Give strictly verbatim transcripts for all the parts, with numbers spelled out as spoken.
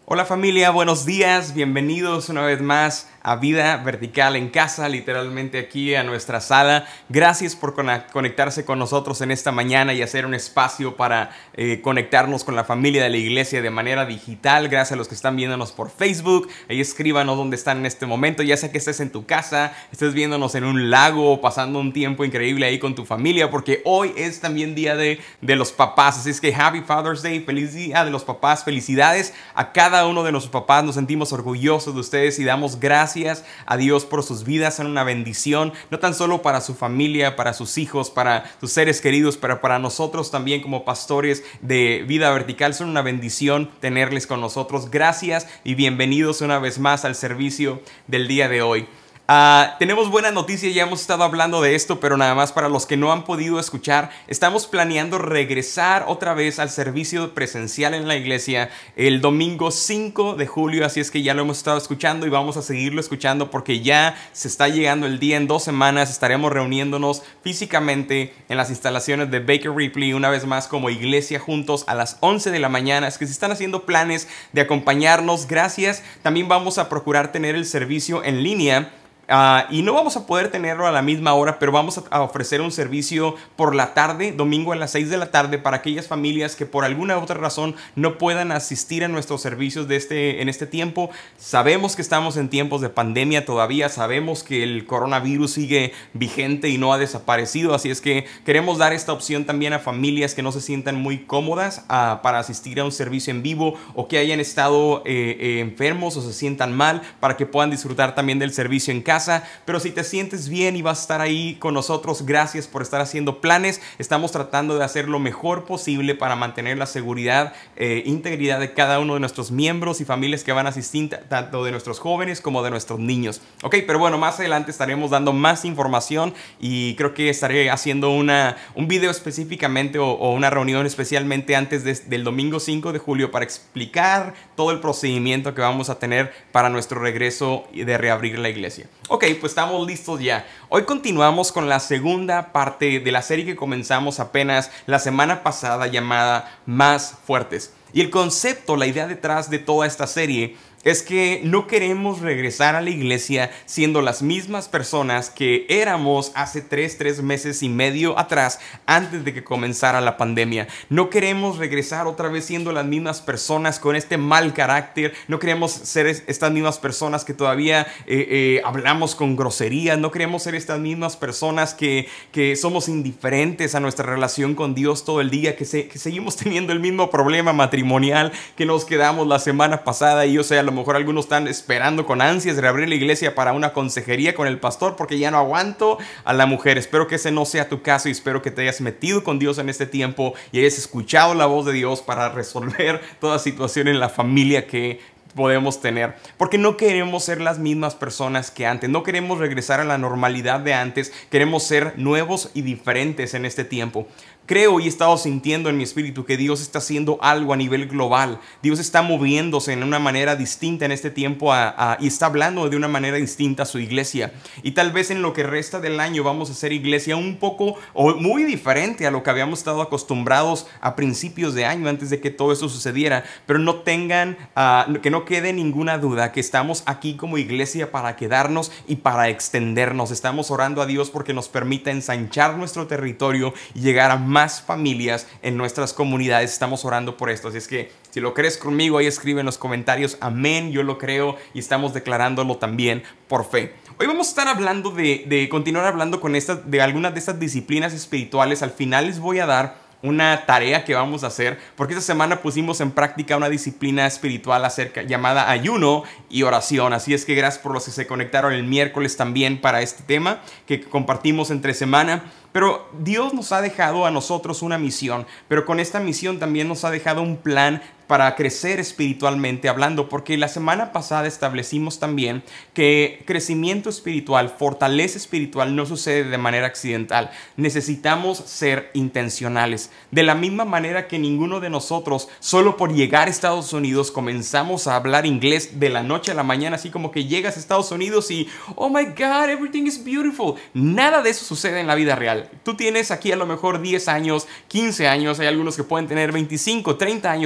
Hola familia, buenos días, bienvenidos una vez más a Vida Vertical en Casa, literalmente aquí a nuestra sala. Gracias por conectarse con nosotros en esta mañana y hacer un espacio para eh, conectarnos con la familia de la iglesia de manera digital. Gracias a los que están viéndonos por Facebook. Ahí escríbanos dónde están en este momento, ya sea que estés en tu casa, estés viéndonos en un lago o pasando un tiempo increíble ahí con tu familia, porque hoy es también día de, de los papás. Así es que Happy Father's Day, feliz día de los papás, felicidades a cada uno de nuestros papás. Nos sentimos orgullosos de ustedes y damos gracias a Dios por sus vidas. Son una bendición, no tan solo para su familia, para sus hijos, para sus seres queridos, pero para nosotros también como pastores de Vida Vertical. Son una bendición tenerles con nosotros. Gracias y bienvenidos una vez más al servicio del día de hoy. Uh, tenemos buenas noticias, ya hemos estado hablando de esto, pero nada más para los que no han podido escuchar, estamos planeando regresar otra vez al servicio presencial en la iglesia el domingo cinco de julio, así es que ya lo hemos estado escuchando y vamos a seguirlo escuchando porque ya se está llegando el día. En dos semanas estaremos reuniéndonos físicamente en las instalaciones de Baker Ripley una vez más como iglesia juntos a las once de la mañana. Es que si están haciendo planes de acompañarnos, gracias. También vamos a procurar tener el servicio en línea. Uh, y no vamos a poder tenerlo a la misma hora, pero vamos a, a ofrecer un servicio por la tarde, domingo a las seis de la tarde, para aquellas familias que por alguna otra razón no puedan asistir a nuestros servicios de este, en este tiempo. Sabemos que estamos en tiempos de pandemia todavía, sabemos que el coronavirus sigue vigente y no ha desaparecido, así es que queremos dar esta opción también a familias que no se sientan muy cómodas uh, para asistir a un servicio en vivo o que hayan estado eh, eh, enfermos o se sientan mal, para que puedan disfrutar también del servicio en casa. Pero si te sientes bien y vas a estar ahí con nosotros, gracias por estar haciendo planes. Estamos tratando de hacer lo mejor posible para mantener la seguridad e eh, integridad de cada uno de nuestros miembros y familias que van a asistir, tanto de nuestros jóvenes como de nuestros niños. Ok, pero bueno, más adelante estaremos dando más información y creo que estaré haciendo una, un video específicamente o, o una reunión especialmente antes de, del domingo cinco de julio para explicar todo el procedimiento que vamos a tener para nuestro regreso de reabrir la iglesia. Ok, pues estamos listos ya. Hoy continuamos con la segunda parte de la serie que comenzamos apenas la semana pasada llamada Más Fuertes. Y el concepto, la idea detrás de toda esta serie es que no queremos regresar a la iglesia siendo las mismas personas que éramos hace tres, tres meses y medio atrás, antes de que comenzara la pandemia. No queremos regresar otra vez siendo las mismas personas con este mal carácter. No queremos ser estas mismas personas que todavía eh, eh, hablamos con groserías. No queremos ser estas mismas personas que, que somos indiferentes a nuestra relación con Dios todo el día, que, se, que seguimos teniendo el mismo problema matrimonial que nos quedamos la semana pasada. Y o sea, a lo mejor algunos están esperando con ansias de reabrir la iglesia para una consejería con el pastor porque ya no aguanto a la mujer. Espero que ese no sea tu caso y espero que te hayas metido con Dios en este tiempo y hayas escuchado la voz de Dios para resolver toda situación en la familia que podemos tener, porque no queremos ser las mismas personas que antes, no queremos regresar a la normalidad de antes, queremos ser nuevos y diferentes en este tiempo. Creo y he estado sintiendo en mi espíritu que Dios está haciendo algo a nivel global. Dios está moviéndose en una manera distinta en este tiempo a, a, y está hablando de una manera distinta a su iglesia. Y tal vez en lo que resta del año vamos a hacer iglesia un poco o muy diferente a lo que habíamos estado acostumbrados a principios de año antes de que todo eso sucediera. Pero no tengan, uh, que no quede ninguna duda que estamos aquí como iglesia para quedarnos y para extendernos. Estamos orando a Dios porque nos permita ensanchar nuestro territorio y llegar a más más familias en nuestras comunidades. Estamos orando por esto, así es que si lo crees conmigo, ahí escribe en los comentarios amén, yo lo creo y estamos declarándolo también por fe. Hoy vamos a estar hablando de, de continuar hablando con estas, de algunas de estas disciplinas espirituales. Al final les voy a dar una tarea que vamos a hacer, porque esta semana pusimos en práctica una disciplina espiritual acerca, llamada ayuno y oración. Así es que gracias por los que se conectaron el miércoles también para este tema que compartimos entre semana. Pero Dios nos ha dejado a nosotros una misión, pero con esta misión también nos ha dejado un plan para crecer espiritualmente hablando, porque la semana pasada establecimos también que crecimiento espiritual, fortaleza espiritual no sucede de manera accidental. Necesitamos ser intencionales. De la misma manera que ninguno de nosotros, solo por llegar a Estados Unidos, comenzamos a hablar inglés de la noche a la mañana, así como que llegas a Estados Unidos y oh my God, everything is beautiful. Nada de eso sucede en la vida real. Tú tienes aquí a lo mejor diez años, quince años, hay algunos que pueden tener veinticinco, treinta años. Hay, hay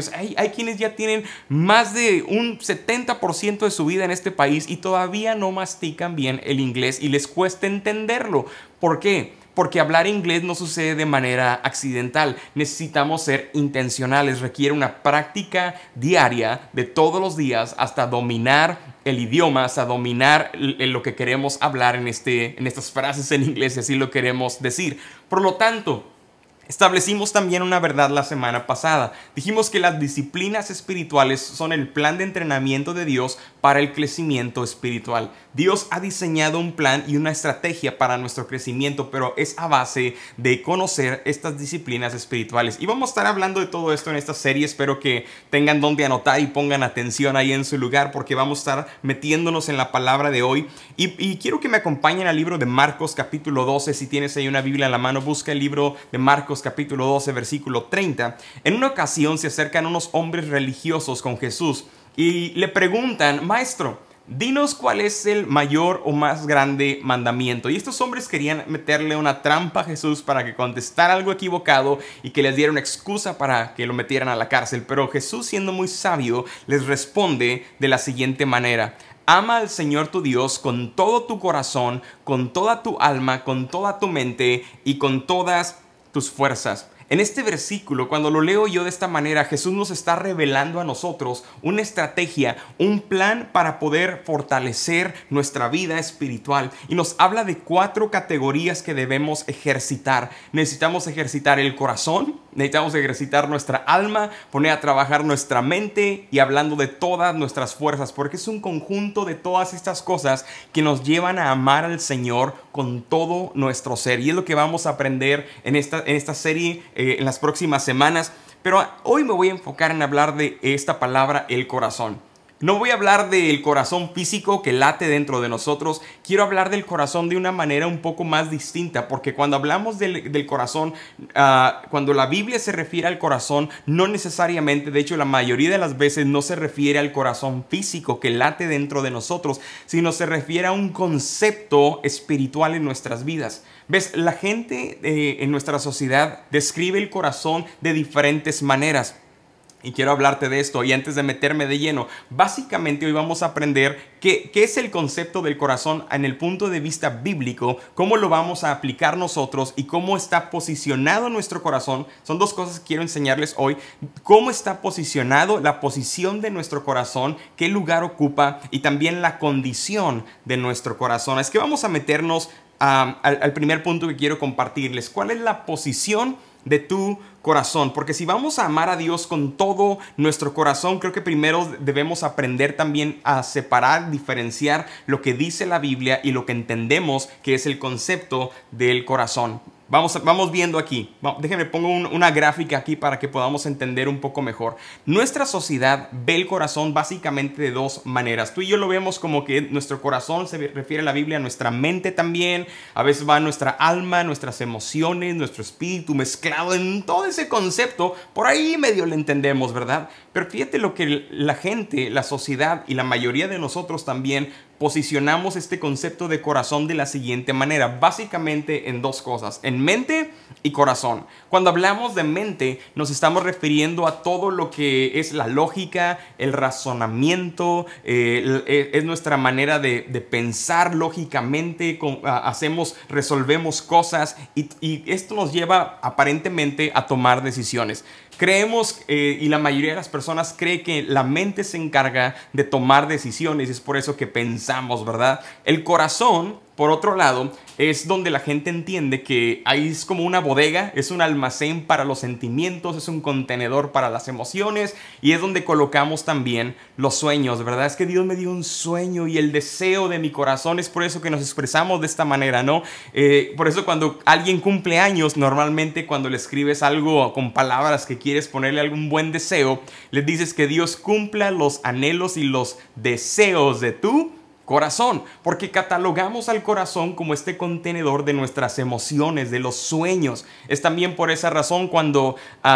hay quienes ya tienen más de un setenta por ciento de su vida en este país y todavía no mastican bien el inglés y les cuesta entenderlo. ¿Por qué? Porque hablar inglés no sucede de manera accidental. Necesitamos ser intencionales. Requiere una práctica diaria de todos los días hasta dominar el idioma, hasta dominar lo que queremos hablar en, este, en estas frases en inglés, si así lo queremos decir. Por lo tanto, establecimos también una verdad la semana pasada. Dijimos que las disciplinas espirituales son el plan de entrenamiento de Dios para el crecimiento espiritual. Dios ha diseñado un plan y una estrategia para nuestro crecimiento, pero es a base de conocer estas disciplinas espirituales. Y vamos a estar hablando de todo esto en esta serie. Espero que tengan donde anotar y pongan atención ahí en su lugar, porque vamos a estar metiéndonos en la palabra de hoy. Y, y quiero que me acompañen al libro de Marcos capítulo doce. Si tienes ahí una Biblia en la mano, busca el libro de Marcos capítulo doce, versículo treinta. En una ocasión se acercan unos hombres religiosos con Jesús y le preguntan: Maestro, dinos cuál es el mayor o más grande mandamiento. Y estos hombres querían meterle una trampa a Jesús para que contestara algo equivocado y que les diera una excusa para que lo metieran a la cárcel. Pero Jesús, siendo muy sabio, les responde de la siguiente manera: ama al Señor tu Dios con todo tu corazón, con toda tu alma, con toda tu mente y con todas tus fuerzas. En este versículo, cuando lo leo yo de esta manera, Jesús nos está revelando a nosotros una estrategia, un plan para poder fortalecer nuestra vida espiritual. Y nos habla de cuatro categorías que debemos ejercitar. Necesitamos ejercitar el corazón, necesitamos ejercitar nuestra alma, poner a trabajar nuestra mente y hablando de todas nuestras fuerzas, porque es un conjunto de todas estas cosas que nos llevan a amar al Señor con todo nuestro ser. Y es lo que vamos a aprender en esta, en esta serie eh, en las próximas semanas. Pero hoy me voy a enfocar en hablar de esta palabra, el corazón. No voy a hablar del corazón físico que late dentro de nosotros. Quiero hablar del corazón de una manera un poco más distinta, porque cuando hablamos del, del corazón, uh, cuando la Biblia se refiere al corazón, no necesariamente, de hecho la mayoría de las veces no se refiere al corazón físico que late dentro de nosotros, sino se refiere a un concepto espiritual en nuestras vidas. ¿Ves? La gente eh, en nuestra sociedad describe el corazón de diferentes maneras. Y quiero hablarte de esto. Y antes de meterme de lleno, básicamente hoy vamos a aprender qué, qué es el concepto del corazón en el punto de vista bíblico, cómo lo vamos a aplicar nosotros y cómo está posicionado nuestro corazón. Son dos cosas que quiero enseñarles hoy. Cómo está posicionado, la posición de nuestro corazón, qué lugar ocupa y también la condición de nuestro corazón. Es que vamos a meternos um, al, al primer punto que quiero compartirles. ¿Cuál es la posición de tu corazón? Porque si vamos a amar a Dios con todo nuestro corazón, creo que primero debemos aprender también a separar, diferenciar lo que dice la Biblia y lo que entendemos que es el concepto del corazón. Vamos, vamos viendo aquí. Déjenme pongo un, una gráfica aquí para que podamos entender un poco mejor. Nuestra sociedad ve el corazón básicamente de dos maneras. Tú y yo lo vemos como que nuestro corazón se refiere a la Biblia, a nuestra mente también. A veces va a nuestra alma, nuestras emociones, nuestro espíritu mezclado en todo ese concepto. Por ahí medio lo entendemos, ¿verdad? Pero fíjate lo que la gente, la sociedad y la mayoría de nosotros también posicionamos este concepto de corazón de la siguiente manera, básicamente en dos cosas, en mente y corazón. Cuando hablamos de mente, nos estamos refiriendo a todo lo que es la lógica, el razonamiento, eh, es nuestra manera de, de pensar lógicamente, con, hacemos, resolvemos cosas y, y esto nos lleva aparentemente a tomar decisiones. Creemos, eh, y la mayoría de las personas cree que la mente se encarga de tomar decisiones, y es por eso que pensamos, ¿verdad? El corazón, por otro lado, es donde la gente entiende que ahí es como una bodega, es un almacén para los sentimientos, es un contenedor para las emociones y es donde colocamos también los sueños, ¿verdad? Es que Dios me dio un sueño y el deseo de mi corazón, es por eso que nos expresamos de esta manera, ¿no? Eh, por eso cuando alguien cumple años, normalmente cuando le escribes algo con palabras que quieres ponerle algún buen deseo, le dices que Dios cumpla los anhelos y los deseos de tu corazón, porque catalogamos al corazón como este contenedor de nuestras emociones, de los sueños. Es también por esa razón cuando,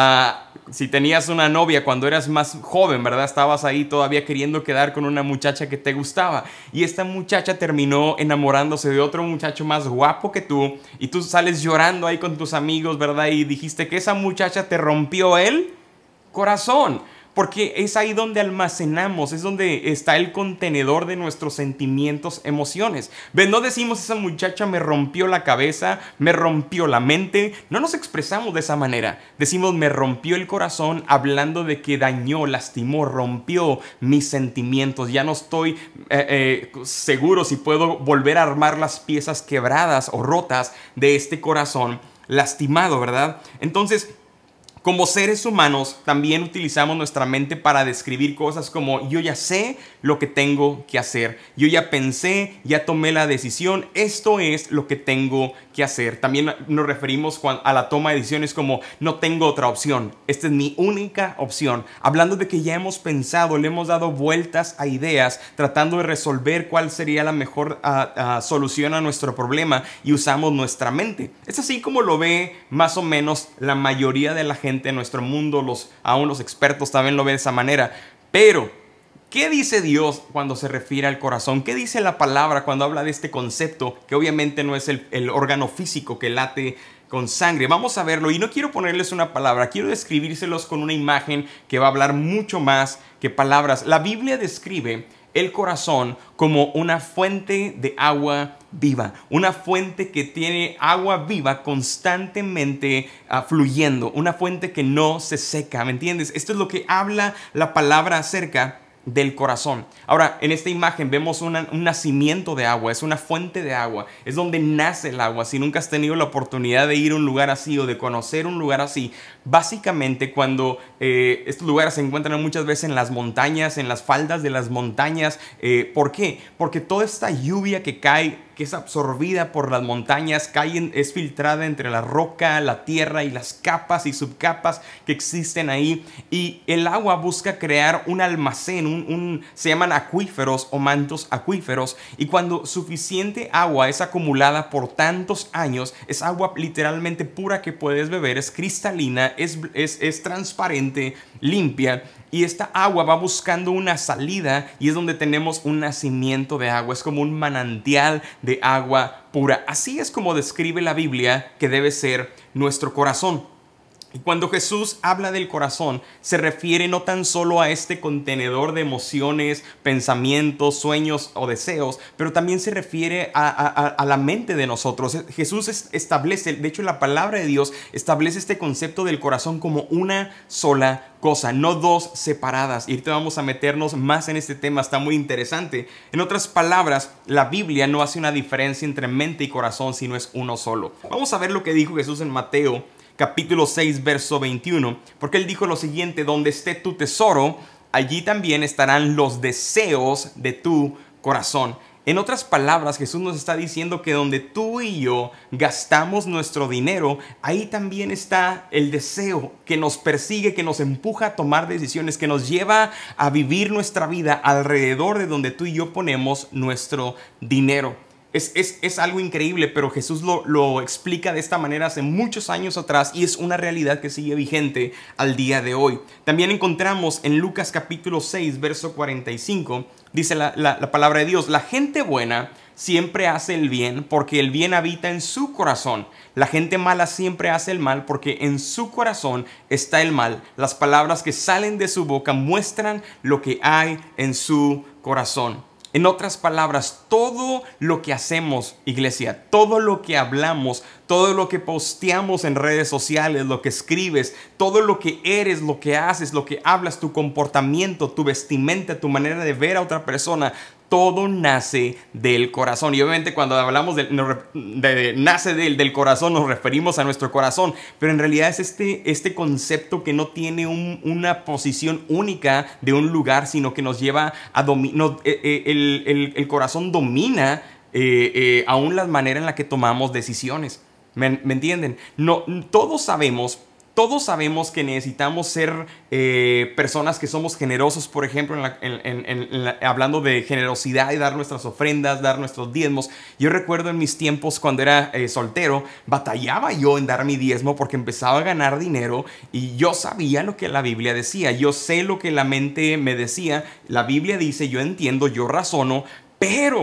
uh, si tenías una novia cuando eras más joven, ¿verdad? Estabas ahí todavía queriendo quedar con una muchacha que te gustaba y esta muchacha terminó enamorándose de otro muchacho más guapo que tú y tú sales llorando ahí con tus amigos, ¿verdad? Y dijiste que esa muchacha te rompió el corazón. Porque es ahí donde almacenamos, es donde está el contenedor de nuestros sentimientos, emociones. ¿Ves? No decimos esa muchacha me rompió la cabeza, me rompió la mente. No nos expresamos de esa manera. Decimos me rompió el corazón, hablando de que dañó, lastimó, rompió mis sentimientos. Ya no estoy eh, eh, seguro si puedo volver a armar las piezas quebradas o rotas de este corazón lastimado, ¿verdad? Entonces, como seres humanos, también utilizamos nuestra mente para describir cosas como yo ya sé lo que tengo que hacer, yo ya pensé, ya tomé la decisión, esto es lo que tengo que hacer. También nos referimos a la toma de decisiones como no tengo otra opción, esta es mi única opción. Hablando de que ya hemos pensado, le hemos dado vueltas a ideas, tratando de resolver cuál sería la mejor uh, uh, solución a nuestro problema y usamos nuestra mente. Es así como lo ve más o menos la mayoría de la gente en nuestro mundo, los, aún los expertos también lo ven de esa manera. Pero, ¿qué dice Dios cuando se refiere al corazón? ¿Qué dice la palabra cuando habla de este concepto? Que obviamente no es el, el órgano físico que late con sangre. Vamos a verlo y no quiero ponerles una palabra, quiero describírselos con una imagen que va a hablar mucho más que palabras. La Biblia describe el corazón como una fuente de agua viva, una fuente que tiene agua viva constantemente uh, fluyendo, una fuente que no se seca, ¿me entiendes? Esto es lo que habla la palabra acerca del corazón. Ahora, en esta imagen vemos una, un nacimiento de agua, es una fuente de agua, es donde nace el agua. Si nunca has tenido la oportunidad de ir a un lugar así o de conocer un lugar así, básicamente cuando eh, estos lugares se encuentran muchas veces en las montañas, en las faldas de las montañas. Eh, ¿por qué? Porque toda esta lluvia que cae, que es absorbida por las montañas, cae en, es filtrada entre la roca, la tierra y las capas y subcapas que existen ahí, y el agua busca crear un almacén, un, un, se llaman acuíferos o mantos acuíferos, y cuando suficiente agua es acumulada por tantos años, es agua literalmente pura que puedes beber, es cristalina, es, es, es transparente, limpia, y esta agua va buscando una salida y es donde tenemos un nacimiento de agua, es como un manantial de agua pura. Así es como describe la Biblia que debe ser nuestro corazón. Y cuando Jesús habla del corazón, se refiere no tan solo a este contenedor de emociones, pensamientos, sueños o deseos, pero también se refiere a, a, a la mente de nosotros. Jesús establece, de hecho la palabra de Dios establece este concepto del corazón como una sola cosa, no dos separadas. Y ahorita vamos a meternos más en este tema, está muy interesante. En otras palabras, la Biblia no hace una diferencia entre mente y corazón, sino es uno solo. Vamos a ver lo que dijo Jesús en Mateo capítulo seis, verso veintiuno, porque él dijo lo siguiente: donde esté tu tesoro, allí también estarán los deseos de tu corazón. En otras palabras, Jesús nos está diciendo que donde tú y yo gastamos nuestro dinero, ahí también está el deseo que nos persigue, que nos empuja a tomar decisiones, que nos lleva a vivir nuestra vida alrededor de donde tú y yo ponemos nuestro dinero. Es, es, es algo increíble, pero Jesús lo, lo explica de esta manera hace muchos años atrás y es una realidad que sigue vigente al día de hoy. También encontramos en Lucas capítulo seis, verso cuarenta y cinco, dice la, la, la palabra de Dios: la gente buena siempre hace el bien porque el bien habita en su corazón. La gente mala siempre hace el mal porque en su corazón está el mal. Las palabras que salen de su boca muestran lo que hay en su corazón. En otras palabras, todo lo que hacemos, iglesia, todo lo que hablamos, todo lo que posteamos en redes sociales, lo que escribes, todo lo que eres, lo que haces, lo que hablas, tu comportamiento, tu vestimenta, tu manera de ver a otra persona, todo nace del corazón. Y obviamente cuando hablamos de, de, de nace del, del corazón, nos referimos a nuestro corazón, pero en realidad es este, este concepto que no tiene un, una posición única de un lugar, sino que nos lleva a dominar. El, el, el corazón domina eh, eh, aún la manera en la que tomamos decisiones. ¿Me, me entienden? No, todos sabemos Todos sabemos que necesitamos ser eh, personas que somos generosos, por ejemplo, en la, en, en, en la, hablando de generosidad y dar nuestras ofrendas, dar nuestros diezmos. Yo recuerdo en mis tiempos cuando era eh, soltero, batallaba yo en dar mi diezmo porque empezaba a ganar dinero y yo sabía lo que la Biblia decía. Yo sé lo que la mente me decía. La Biblia dice, yo entiendo, yo razono, pero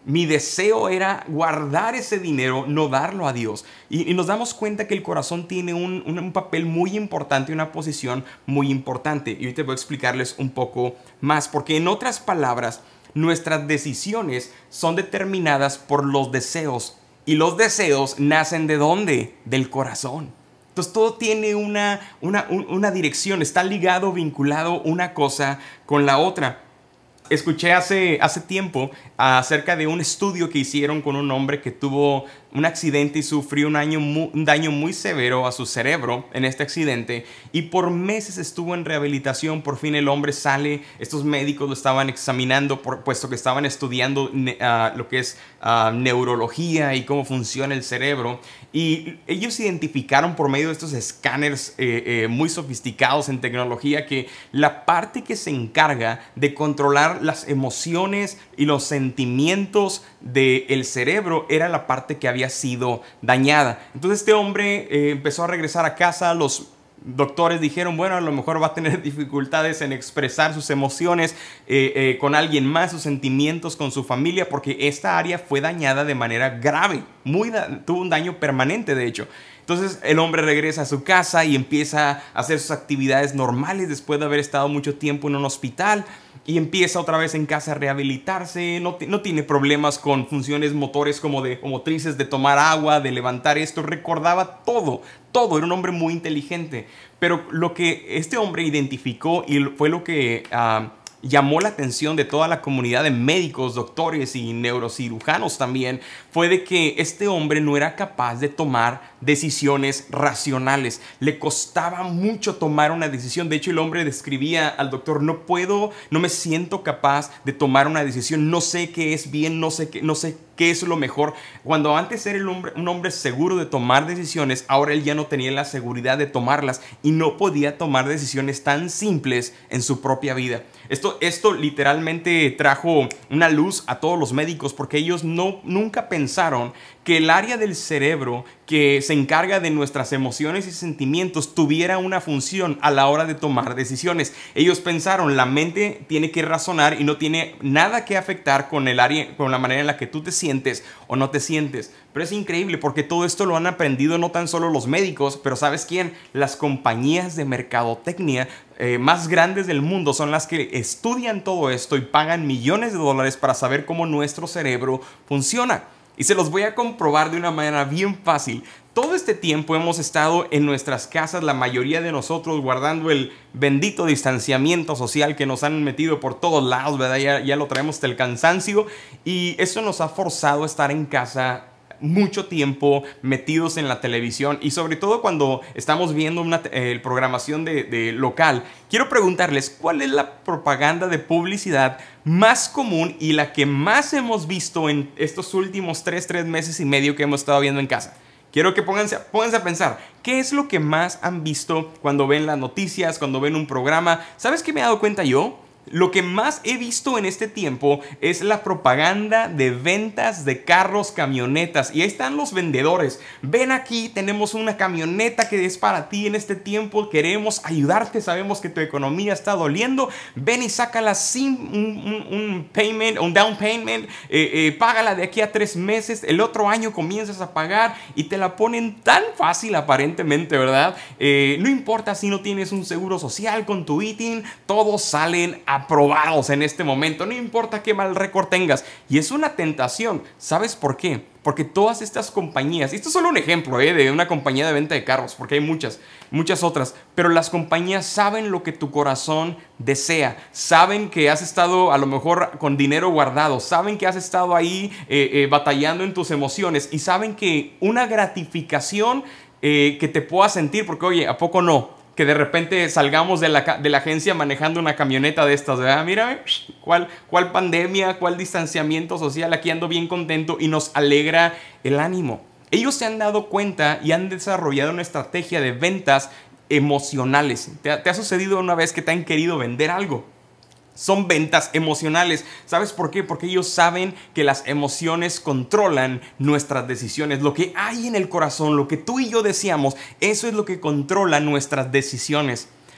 Mi deseo era guardar ese dinero, no darlo a Dios. Y, y nos damos cuenta que el corazón tiene un, un, un papel muy importante, una posición muy importante. Y hoy te voy a explicarles un poco más, porque en otras palabras, nuestras decisiones son determinadas por los deseos. Y los deseos nacen ¿de dónde? Del corazón. Entonces todo tiene una, una, una dirección, está ligado, vinculado una cosa con la otra. Escuché hace, hace tiempo acerca de un estudio que hicieron con un hombre que tuvo un accidente y sufrió un, año muy, un daño muy severo a su cerebro en este accidente, y por meses estuvo en rehabilitación. Por fin el hombre sale, estos médicos lo estaban examinando por, puesto que estaban estudiando uh, lo que es uh, neurología y cómo funciona el cerebro, y ellos identificaron por medio de estos escáneres eh, eh, muy sofisticados en tecnología que la parte que se encarga de controlar las emociones y los sentimientos del cerebro era la parte que había sido dañada. Entonces este hombre eh, empezó a regresar a casa. Los doctores dijeron, bueno, a lo mejor va a tener dificultades en expresar sus emociones eh, eh, con alguien más, sus sentimientos con su familia, porque esta área fue dañada de manera grave, muy da- tuvo un daño permanente, de hecho. Entonces el hombre regresa a su casa y empieza a hacer sus actividades normales después de haber estado mucho tiempo en un hospital, y empieza otra vez en casa a rehabilitarse. No, no tiene problemas con funciones motores como de o motrices, de tomar agua, de levantar esto. Recordaba todo, todo. Era un hombre muy inteligente. Pero lo que este hombre identificó y fue lo que uh, llamó la atención de toda la comunidad de médicos, doctores y neurocirujanos también, fue de que este hombre no era capaz de tomar decisiones racionales. Le costaba mucho tomar una decisión. De hecho, el hombre describía al doctor: no puedo, no me siento capaz de tomar una decisión. No sé qué es bien, no sé qué, no sé qué es lo mejor. Cuando antes era el hombre, un hombre seguro de tomar decisiones, ahora él ya no tenía la seguridad de tomarlas y no podía tomar decisiones tan simples en su propia vida. Esto, esto literalmente trajo una luz a todos los médicos, porque ellos no, nunca pensaron que el área del cerebro que se encarga de nuestras emociones y sentimientos tuviera una función a la hora de tomar decisiones. Ellos pensaron, la mente tiene que razonar y no tiene nada que afectar con el área, con la manera en la que tú te sientes o no te sientes. Pero es increíble, porque todo esto lo han aprendido no tan solo los médicos, pero ¿sabes quién? Las compañías de mercadotecnia eh, más grandes del mundo son las que estudian todo esto y pagan millones de dólares para saber cómo nuestro cerebro funciona. Y se los voy a comprobar de una manera bien fácil. Todo este tiempo hemos estado en nuestras casas, la mayoría de nosotros, guardando el bendito distanciamiento social que nos han metido por todos lados, ¿verdad? Ya, ya lo traemos hasta el cansancio, y eso nos ha forzado a estar en casa mucho tiempo metidos en la televisión, y sobre todo cuando estamos viendo una eh, programación de, de local. Quiero preguntarles, ¿cuál es la propaganda de publicidad más común y la que más hemos visto en estos últimos tres, tres meses y medio que hemos estado viendo en casa? Quiero que pónganse, pónganse a pensar, ¿qué es lo que más han visto cuando ven las noticias, cuando ven un programa? ¿Sabes qué me he dado cuenta yo? Lo que más he visto en este tiempo es la propaganda de ventas de carros, camionetas. Y ahí están los vendedores. Ven aquí, tenemos una camioneta que es para ti en este tiempo. Queremos ayudarte, sabemos que tu economía está doliendo. Ven y sácala sin un, un, un payment, un down payment. Eh, eh, págala de aquí a tres meses. El otro año comienzas a pagar y te la ponen tan fácil aparentemente, ¿verdad? Eh, no importa si no tienes un seguro social con tu I T I N, todos salen a aprobados en este momento, no importa qué mal récord tengas. Y es una tentación. ¿Sabes por qué? Porque todas estas compañías, esto es solo un ejemplo ¿eh? de una compañía de venta de carros, porque hay muchas, muchas otras, pero las compañías saben lo que tu corazón desea, saben que has estado a lo mejor con dinero guardado, saben que has estado ahí eh, eh, batallando en tus emociones, y saben que una gratificación eh, que te pueda sentir, porque oye, ¿a poco no? Que de repente salgamos de la, de la agencia manejando una camioneta de estas, ¿verdad? Mírame, ¿cuál, cuál pandemia, cuál distanciamiento social, aquí ando bien contento, y nos alegra el ánimo. Ellos se han dado cuenta y han desarrollado una estrategia de ventas emocionales. ¿Te, te ha sucedido una vez que te han querido vender algo? Son ventas emocionales. ¿Sabes por qué? Porque ellos saben que las emociones controlan nuestras decisiones. Lo que hay en el corazón, lo que tú y yo deseamos, eso es lo que controla nuestras decisiones.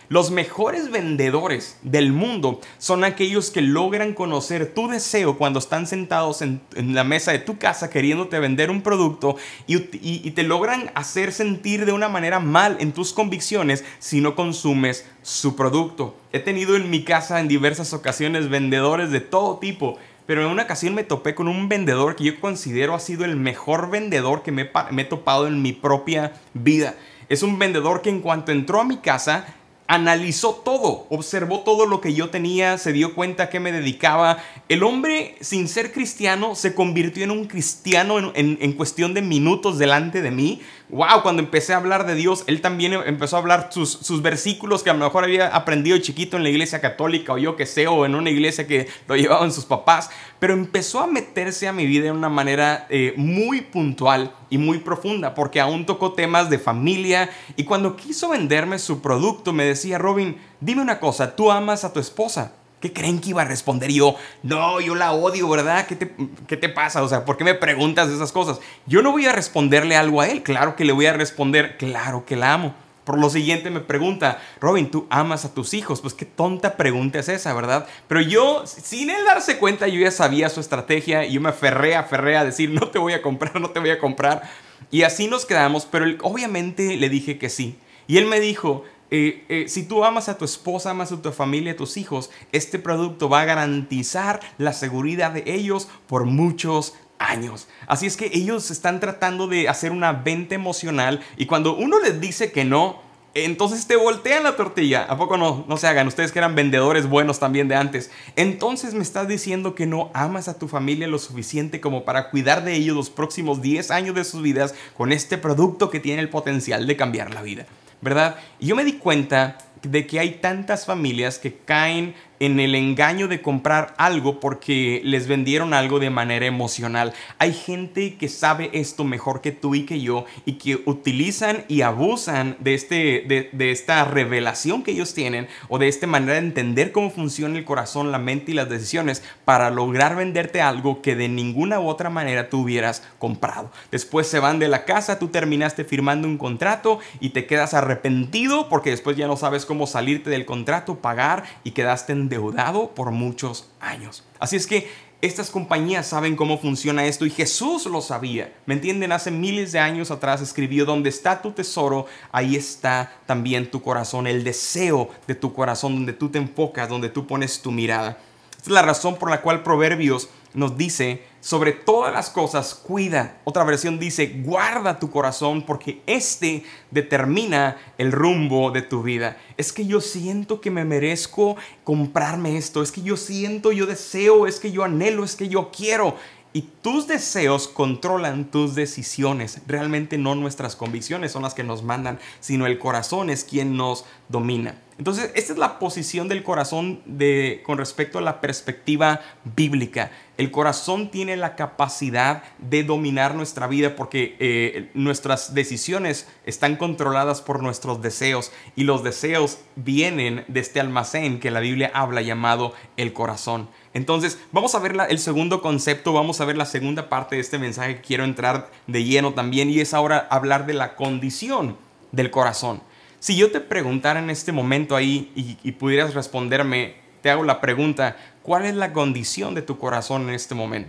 Los mejores vendedores del mundo son aquellos que logran conocer tu deseo cuando están sentados en, en la mesa de tu casa queriéndote vender un producto y, y, y te logran hacer sentir de una manera mal en tus convicciones si no consumes su producto. He tenido en mi casa en diversas ocasiones vendedores de todo tipo, pero en una ocasión me topé con un vendedor que yo considero ha sido el mejor vendedor que me, me he topado en mi propia vida. Es un vendedor que en cuanto entró a mi casa, analizó todo, observó todo lo que yo tenía, se dio cuenta a qué me dedicaba. El hombre, sin ser cristiano, se convirtió en un cristiano en, en, en cuestión de minutos delante de mí. Wow, cuando empecé a hablar de Dios, él también empezó a hablar sus, sus versículos que a lo mejor había aprendido chiquito en la iglesia católica o yo que sé, o en una iglesia que lo llevaban sus papás. Pero empezó a meterse a mi vida de una manera eh, muy puntual y muy profunda, porque aún tocó temas de familia. Y cuando quiso venderme su producto, me decía: Robin, dime una cosa, ¿tú amas a tu esposa? ¿Qué creen que iba a responder yo? No, yo la odio, ¿verdad? ¿Qué te, qué te pasa? O sea, ¿por qué me preguntas esas cosas? Yo no voy a responderle algo a él. Claro que le voy a responder, claro que la amo. Por lo siguiente me pregunta: Robin, ¿tú amas a tus hijos? Pues qué tonta pregunta es esa, ¿verdad? Pero yo, sin él darse cuenta, yo ya sabía su estrategia y yo me aferré, aferré a decir: no te voy a comprar, no te voy a comprar. Y así nos quedamos, pero él, obviamente le dije que sí. Y él me dijo: Eh, eh, si tú amas a tu esposa, amas a tu familia, a tus hijos, este producto va a garantizar la seguridad de ellos por muchos años. Así es que ellos están tratando de hacer una venta emocional y cuando uno les dice que no, entonces te voltean la tortilla. ¿A poco no? No se hagan. Ustedes que eran vendedores buenos también de antes. Entonces me estás diciendo que no amas a tu familia lo suficiente como para cuidar de ellos los próximos diez años de sus vidas con este producto que tiene el potencial de cambiar la vida, ¿verdad? Y yo me di cuenta de que hay tantas familias que caen en el engaño de comprar algo porque les vendieron algo de manera emocional. Hay gente que sabe esto mejor que tú y que yo y que utilizan y abusan de, este, de, de esta revelación que ellos tienen o de esta manera de entender cómo funciona el corazón, la mente y las decisiones para lograr venderte algo que de ninguna u otra manera tú hubieras comprado. Después se van de la casa, tú terminaste firmando un contrato y te quedas arrepentido porque después ya no sabes cómo salirte del contrato, pagar y quedaste en endeudado por muchos años. Así es que estas compañías saben cómo funciona esto y Jesús lo sabía. ¿Me entienden? Hace miles de años atrás escribió: donde está tu tesoro, ahí está también tu corazón, el deseo de tu corazón, donde tú te enfocas, donde tú pones tu mirada. Esta es la razón por la cual Proverbios nos dice: sobre todas las cosas cuida. Otra versión dice: guarda tu corazón porque este determina el rumbo de tu vida. Es que yo siento que me merezco comprarme esto. Es que yo siento, yo deseo, es que yo anhelo, es que yo quiero. Y tus deseos controlan tus decisiones. Realmente no nuestras convicciones son las que nos mandan, sino el corazón es quien nos domina. Entonces, esta es la posición del corazón de, con respecto a la perspectiva bíblica. El corazón tiene la capacidad de dominar nuestra vida porque eh, nuestras decisiones están controladas por nuestros deseos y los deseos vienen de este almacén que la Biblia habla llamado el corazón. Entonces, vamos a ver la, el segundo concepto, vamos a ver la segunda parte de este mensaje que quiero entrar de lleno también y es ahora hablar de la condición del corazón. Si yo te preguntara en este momento ahí y, y pudieras responderme, te hago la pregunta: ¿cuál es la condición de tu corazón en este momento?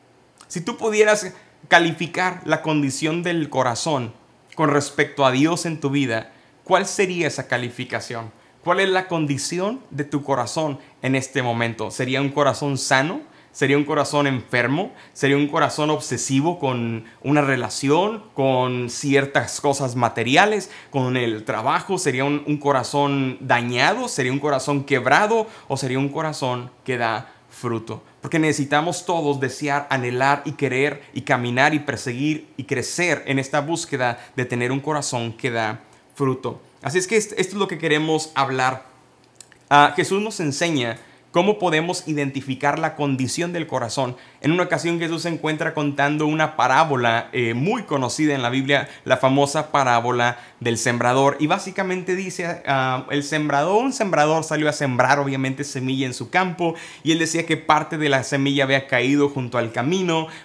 Si tú pudieras calificar la condición del corazón con respecto a Dios en tu vida, ¿cuál sería esa calificación? ¿Cuál es la condición de tu corazón en este momento? ¿Sería un corazón sano? ¿Sería un corazón enfermo? ¿Sería un corazón obsesivo con una relación, con ciertas cosas materiales, con el trabajo? ¿Sería un, un corazón dañado? ¿Sería un corazón quebrado? ¿O sería un corazón que da fruto? Porque necesitamos todos desear, anhelar y querer y caminar y perseguir y crecer en esta búsqueda de tener un corazón que da fruto. Así es que esto es lo que queremos hablar. Uh, Jesús nos enseña cómo podemos identificar la condición del corazón. En una ocasión Jesús se encuentra contando una parábola eh, muy conocida en la Biblia, la famosa parábola del sembrador. Y básicamente dice, uh, el sembrador, un sembrador salió a sembrar obviamente semilla en su campo. Y él decía que parte de la semilla había caído junto al camino,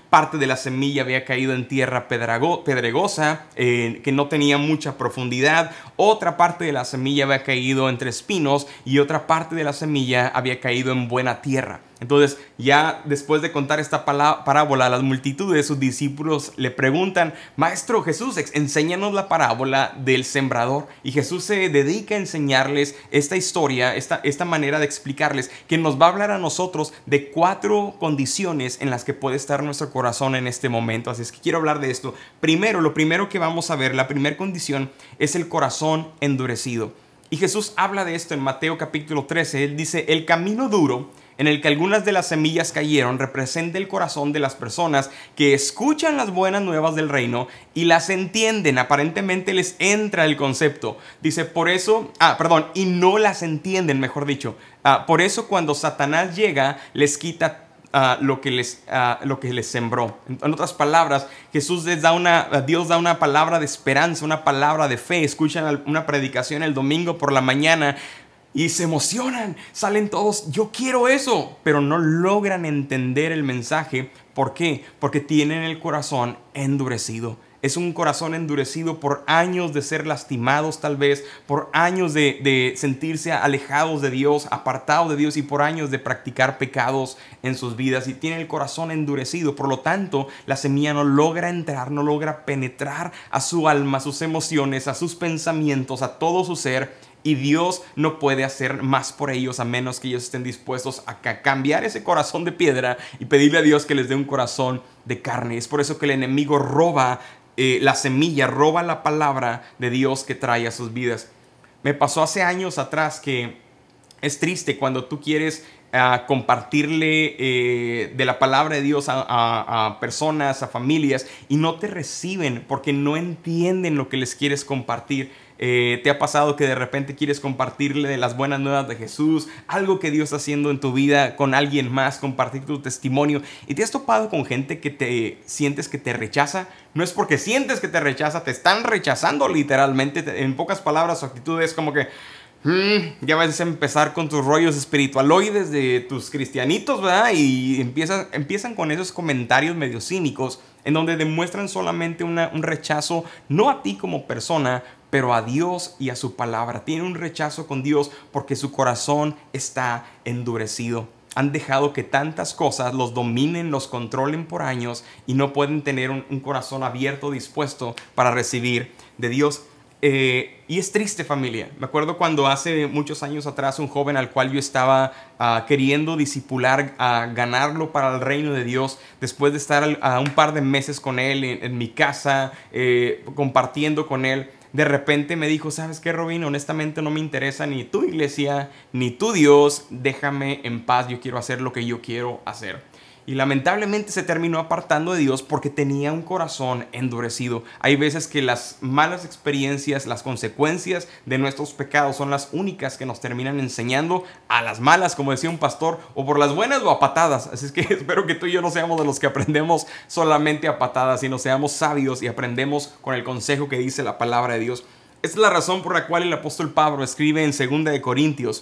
parte de la semilla había caído en tierra pedrago- pedregosa, eh, que no tenía mucha profundidad, otra parte de la semilla había caído entre espinos y otra parte de la semilla había caído en buena tierra. Entonces, ya después de contar esta parábola a las multitudes, sus discípulos le preguntan: Maestro Jesús, enséñanos la parábola del sembrador. Y Jesús se dedica a enseñarles esta historia, esta, esta manera de explicarles, que nos va a hablar a nosotros de cuatro condiciones en las que puede estar nuestro corazón en este momento. Así es que quiero hablar de esto. Primero, lo primero que vamos a ver, la primera condición, es el corazón endurecido. Y Jesús habla de esto en Mateo capítulo trece. Él dice: el camino duro en el que algunas de las semillas cayeron representa el corazón de las personas que escuchan las buenas nuevas del reino y las entienden. Aparentemente les entra el concepto. Dice, por eso, ah, perdón, y no las entienden, mejor dicho. Ah, por eso cuando Satanás llega, les quita Uh, lo, que les, uh, lo que les sembró. En, en otras palabras, Jesús les da una, uh, Dios da una palabra de esperanza, una palabra de fe. Escuchan una predicación el domingo por la mañana y se emocionan, salen todos: yo quiero eso, pero no logran entender el mensaje. ¿Por qué? Porque tienen el corazón endurecido. Es un corazón endurecido por años de ser lastimados, tal vez por años de, de sentirse alejados de Dios, apartados de Dios, y por años de practicar pecados en sus vidas, y tienen el corazón endurecido. Por lo tanto, la semilla no logra entrar, no logra penetrar a su alma, a sus emociones, a sus pensamientos, a todo su ser. Y Dios no puede hacer más por ellos a menos que ellos estén dispuestos a cambiar ese corazón de piedra y pedirle a Dios que les dé un corazón de carne. Es por eso que el enemigo roba eh, la semilla, roba la palabra de Dios que trae a sus vidas. Me pasó hace años atrás que es triste cuando tú quieres uh, compartirle eh, de la palabra de Dios a, a, a personas, a familias, y no te reciben porque no entienden lo que les quieres compartir. Eh, ¿Te ha pasado que de repente quieres compartirle de las buenas nuevas de Jesús, algo que Dios está haciendo en tu vida con alguien más, compartir tu testimonio, y te has topado con gente que te sientes que te rechaza? No es porque sientes que te rechaza, te están rechazando literalmente. En pocas palabras, su actitud es como que Hmm, ya vas a empezar con tus rollos espiritualoides de tus cristianitos, ¿verdad? Y empiezan, empiezan con esos comentarios medio cínicos en donde demuestran solamente una, un rechazo, no a ti como persona, pero a Dios y a su palabra. Tienen un rechazo con Dios porque su corazón está endurecido. Han dejado que tantas cosas los dominen, los controlen por años, y no pueden tener un, un corazón abierto, dispuesto para recibir de Dios. Eh, y es triste, familia. Me acuerdo cuando hace muchos años atrás un joven al cual yo estaba uh, queriendo discipular, a uh, ganarlo para el reino de Dios, después de estar uh, un par de meses con él en, en mi casa, eh, compartiendo con él, de repente me dijo: ¿sabes qué, Robin? Honestamente no me interesa ni tu iglesia, ni tu Dios. Déjame en paz, yo quiero hacer lo que yo quiero hacer. Y lamentablemente se terminó apartando de Dios porque tenía un corazón endurecido. Hay veces que las malas experiencias, las consecuencias de nuestros pecados son las únicas que nos terminan enseñando a las malas, como decía un pastor, o por las buenas o a patadas. Así es que espero que tú y yo no seamos de los que aprendemos solamente a patadas, sino seamos sabios y aprendemos con el consejo que dice la palabra de Dios. Esta es la razón por la cual el apóstol Pablo escribe en segunda de Corintios: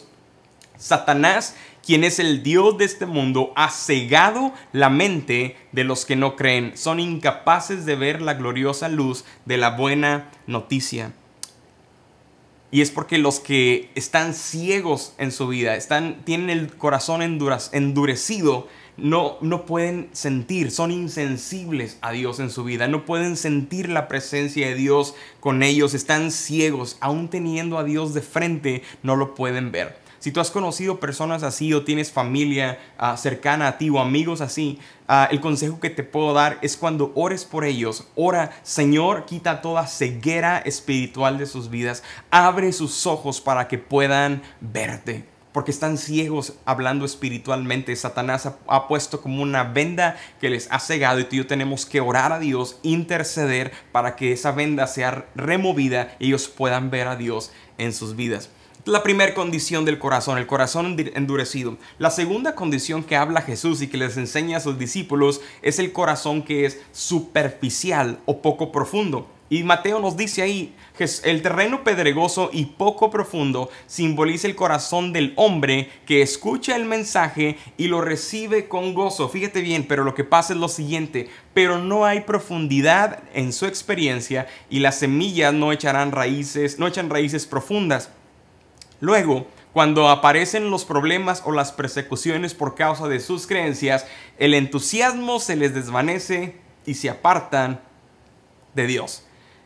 Satanás, quien es el Dios de este mundo, ha cegado la mente de los que no creen. Son incapaces de ver la gloriosa luz de la buena noticia. Y es porque los que están ciegos en su vida, están, tienen el corazón endurecido, no, no pueden sentir, son insensibles a Dios en su vida, no pueden sentir la presencia de Dios con ellos, están ciegos, aún teniendo a Dios de frente, no lo pueden ver. Si tú has conocido personas así, o tienes familia uh, cercana a ti, o amigos así, uh, el consejo que te puedo dar es, cuando ores por ellos, ora: Señor, quita toda ceguera espiritual de sus vidas, abre sus ojos para que puedan verte, porque están ciegos hablando espiritualmente. Satanás ha, ha puesto como una venda que les ha cegado, y tú y yo tenemos que orar a Dios, interceder para que esa venda sea removida y ellos puedan ver a Dios en sus vidas. La primera condición del corazón, el corazón endurecido. La segunda condición que habla Jesús y que les enseña a sus discípulos es el corazón que es superficial o poco profundo. Y Mateo nos dice ahí, el terreno pedregoso y poco profundo simboliza el corazón del hombre que escucha el mensaje y lo recibe con gozo. Fíjate bien, pero lo que pasa es lo siguiente: pero no hay profundidad en su experiencia y las semillas no echarán raíces, no echan raíces profundas. Luego, cuando aparecen los problemas o las persecuciones por causa de sus creencias, el entusiasmo se les desvanece y se apartan de Dios.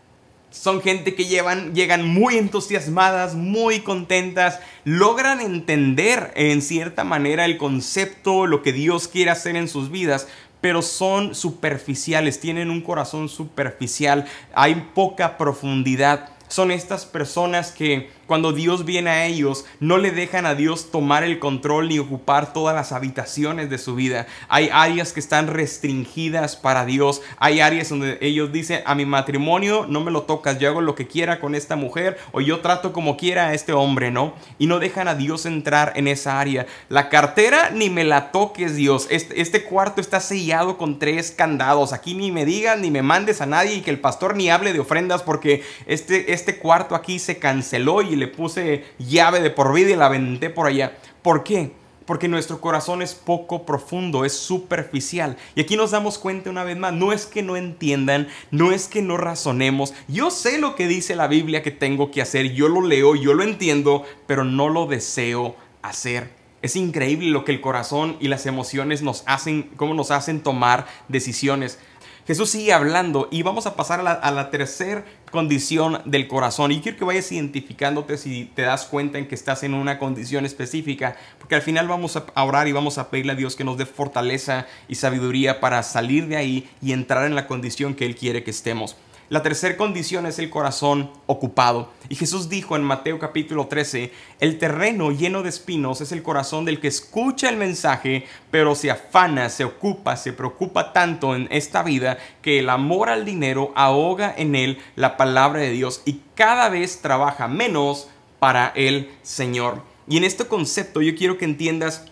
Son gente que llevan, llegan muy entusiasmadas, muy contentas, logran entender en cierta manera el concepto, lo que Dios quiere hacer en sus vidas, pero son superficiales, tienen un corazón superficial, hay poca profundidad. Son estas personas que cuando Dios viene a ellos no le dejan a Dios tomar el control ni ocupar todas las habitaciones de su vida. Hay áreas que están restringidas para Dios. Hay áreas donde ellos dicen: a mi matrimonio no me lo tocas, yo hago lo que quiera con esta mujer, o yo trato como quiera a este hombre, ¿no? Y no dejan a Dios entrar en esa área. La cartera ni me la toques, Dios. Este, este cuarto está sellado con tres candados. Aquí ni me digas ni me mandes a nadie, y que el pastor ni hable de ofrendas, porque este, este cuarto aquí se canceló y le puse llave de por vida y la aventé por allá. ¿Por qué? Porque nuestro corazón es poco profundo, es superficial. Y aquí nos damos cuenta una vez más, no es que no entiendan, no es que no razonemos. Yo sé lo que dice la Biblia que tengo que hacer, yo lo leo, yo lo entiendo, pero no lo deseo hacer. Es increíble lo que el corazón y las emociones nos hacen, cómo nos hacen tomar decisiones. Jesús sigue hablando y vamos a pasar a la, a la tercera condición del corazón. Y quiero que vayas identificándote si te das cuenta en que estás en una condición específica, porque al final vamos a orar y vamos a pedirle a Dios que nos dé fortaleza y sabiduría para salir de ahí y entrar en la condición que Él quiere que estemos. La tercera condición es el corazón ocupado. Y Jesús dijo en Mateo capítulo trece, el terreno lleno de espinos es el corazón del que escucha el mensaje, pero se afana, se ocupa, se preocupa tanto en esta vida que el amor al dinero ahoga en él la palabra de Dios y cada vez trabaja menos para el Señor. Y en este concepto yo quiero que entiendas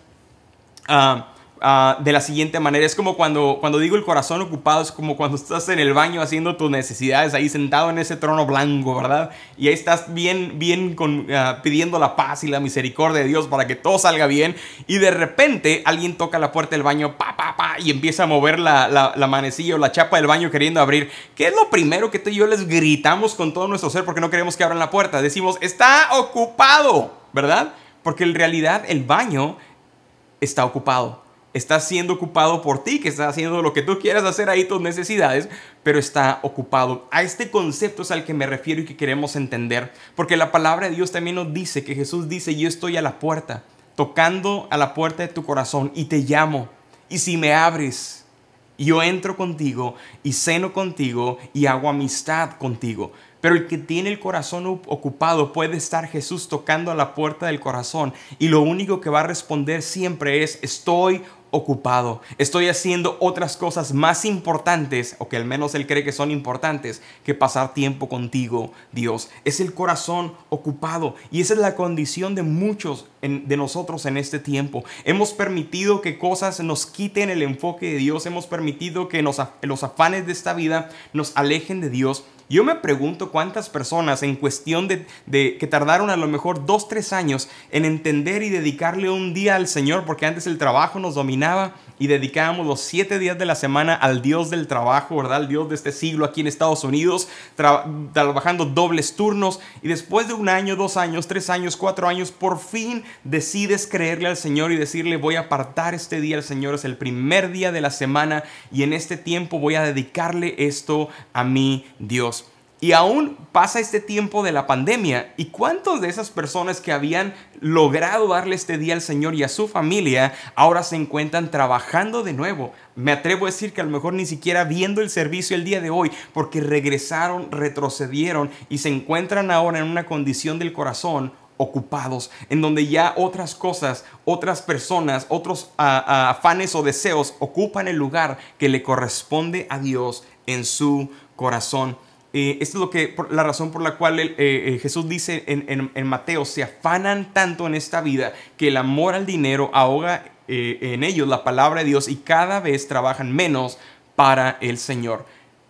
Uh, Uh, de la siguiente manera. Es como cuando, cuando digo el corazón ocupado, es como cuando estás en el baño haciendo tus necesidades, ahí sentado en ese trono blanco, ¿verdad? Y ahí estás bien, bien con, uh, pidiendo la paz y la misericordia de Dios para que todo salga bien, y de repente alguien toca la puerta del baño, pa, pa, pa, y empieza a mover la, la, la manecilla o la chapa del baño queriendo abrir. ¿Qué es lo primero que tú y yo les gritamos con todo nuestro ser porque no queremos que abran la puerta? Decimos: está ocupado, ¿verdad? Porque en realidad el baño está ocupado. Está siendo ocupado por ti, que está haciendo lo que tú quieras hacer ahí, tus necesidades, pero está ocupado. A este concepto es al que me refiero y que queremos entender, porque la palabra de Dios también nos dice que Jesús dice: yo estoy a la puerta, tocando a la puerta de tu corazón y te llamo, y si me abres, yo entro contigo y ceno contigo y hago amistad contigo. Pero el que tiene el corazón ocupado, puede estar Jesús tocando a la puerta del corazón y lo único que va a responder siempre es: estoy ocupado, estoy haciendo otras cosas más importantes, o que al menos él cree que son importantes, que pasar tiempo contigo, Dios. Es el corazón ocupado, y esa es la condición de muchos en, de nosotros en este tiempo. Hemos permitido que cosas nos quiten el enfoque de Dios, hemos permitido que nos, los afanes de esta vida nos alejen de Dios. Yo me pregunto cuántas personas en cuestión de, de que tardaron a lo mejor dos, tres años en entender y dedicarle un día al Señor, porque antes el trabajo nos dominaba y dedicábamos los siete días de la semana al Dios del trabajo, ¿verdad? Al Dios de este siglo aquí en Estados Unidos, tra trabajando dobles turnos, y después de un año, dos años, tres años, cuatro años, por fin decides creerle al Señor y decirle: voy a apartar este día al Señor, es el primer día de la semana y en este tiempo voy a dedicarle esto a mi Dios. Y aún pasa este tiempo de la pandemia. ¿Y cuántos de esas personas que habían logrado darle este día al Señor y a su familia ahora se encuentran trabajando de nuevo? Me atrevo a decir que a lo mejor ni siquiera viendo el servicio el día de hoy, porque regresaron, retrocedieron y se encuentran ahora en una condición del corazón ocupados, en donde ya otras cosas, otras personas, otros uh, uh, afanes o deseos ocupan el lugar que le corresponde a Dios en su corazón. Eh, esto es lo que, por, la razón por la cual el, eh, eh, Jesús dice en, en, en Mateo: se afanan tanto en esta vida que el amor al dinero ahoga eh, en ellos la palabra de Dios y cada vez trabajan menos para el Señor.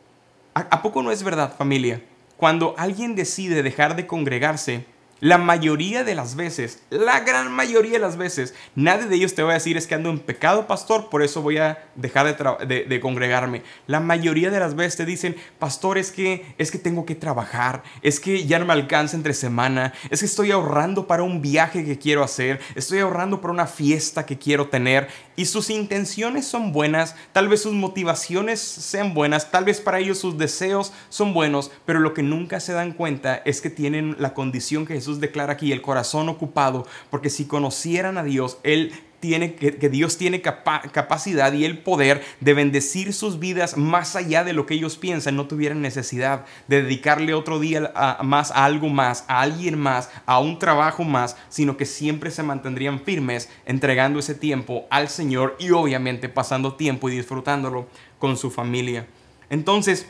¿A, a poco no es verdad, familia? Cuando alguien decide dejar de congregarse, la mayoría de las veces, la gran mayoría de las veces, nadie de ellos te va a decir: es que ando en pecado, pastor, por eso voy a dejar de, de, de congregarme. La mayoría de las veces te dicen: pastor, es que, es que tengo que trabajar, es que ya no me alcanza entre semana, es que estoy ahorrando para un viaje que quiero hacer, estoy ahorrando para una fiesta que quiero tener. Y sus intenciones son buenas, tal vez sus motivaciones sean buenas, tal vez para ellos sus deseos son buenos, pero lo que nunca se dan cuenta es que tienen la condición que Jesús declara aquí, el corazón ocupado, porque si conocieran a Dios, Él tiene, que, que Dios tiene capa, capacidad y el poder de bendecir sus vidas más allá de lo que ellos piensan, no tuvieran necesidad de dedicarle otro día a, a más a algo más, a alguien más, a un trabajo más, sino que siempre se mantendrían firmes entregando ese tiempo al Señor y obviamente pasando tiempo y disfrutándolo con su familia. Entonces,